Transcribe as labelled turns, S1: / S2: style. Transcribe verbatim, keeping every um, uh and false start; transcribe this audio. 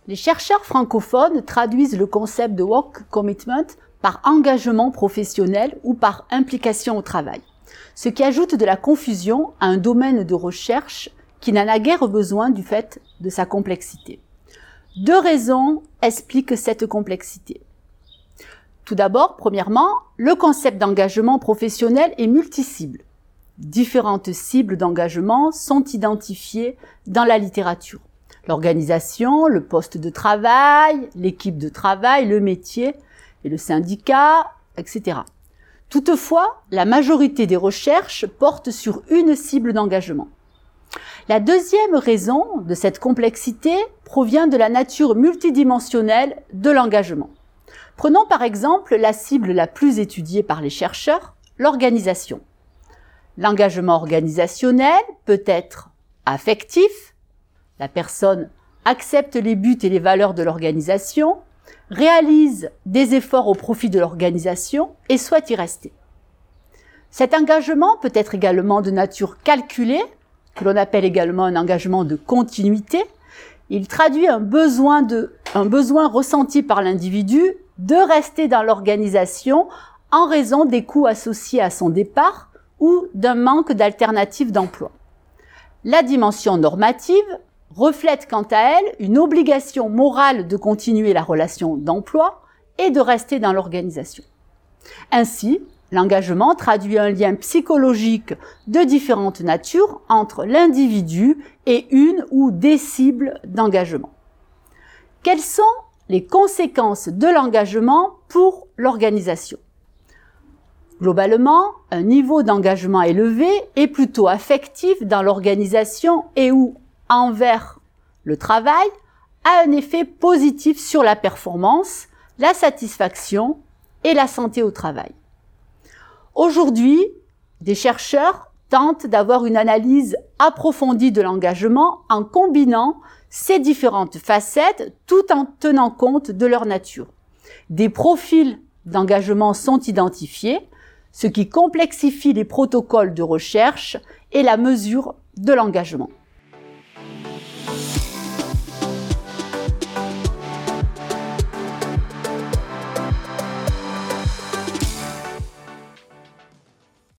S1: Les chercheurs francophones traduisent le concept de work commitment par engagement professionnel ou par implication au travail, ce qui ajoute de la confusion à un domaine de recherche qui n'en a guère besoin du fait de sa complexité. Deux raisons expliquent cette complexité. Tout d'abord, premièrement, le concept d'engagement professionnel est multicible. Différentes cibles d'engagement sont identifiées dans la littérature. L'organisation, le poste de travail, l'équipe de travail, le métier et le syndicat, et cetera. Toutefois, la majorité des recherches portent sur une cible d'engagement. La deuxième raison de cette complexité provient de la nature multidimensionnelle de l'engagement. Prenons par exemple la cible la plus étudiée par les chercheurs, l'organisation. L'engagement organisationnel peut être affectif, la personne accepte les buts et les valeurs de l'organisation, réalise des efforts au profit de l'organisation et souhaite y rester. Cet engagement peut être également de nature calculée, que l'on appelle également un engagement de continuité. Il traduit un besoin, de, un besoin ressenti par l'individu de rester dans l'organisation en raison des coûts associés à son départ ou d'un manque d'alternatives d'emploi. La dimension normative reflète quant à elle une obligation morale de continuer la relation d'emploi et de rester dans l'organisation. Ainsi, l'engagement traduit un lien psychologique de différentes natures entre l'individu et une ou des cibles d'engagement. Quelles sont les conséquences de l'engagement pour l'organisation? Globalement, un niveau d'engagement élevé est plutôt affectif dans l'organisation et ou envers le travail a un effet positif sur la performance, la satisfaction et la santé au travail. Aujourd'hui, des chercheurs tentent d'avoir une analyse approfondie de l'engagement en combinant ces différentes facettes tout en tenant compte de leur nature. Des profils d'engagement sont identifiés, ce qui complexifie les protocoles de recherche et la mesure de l'engagement.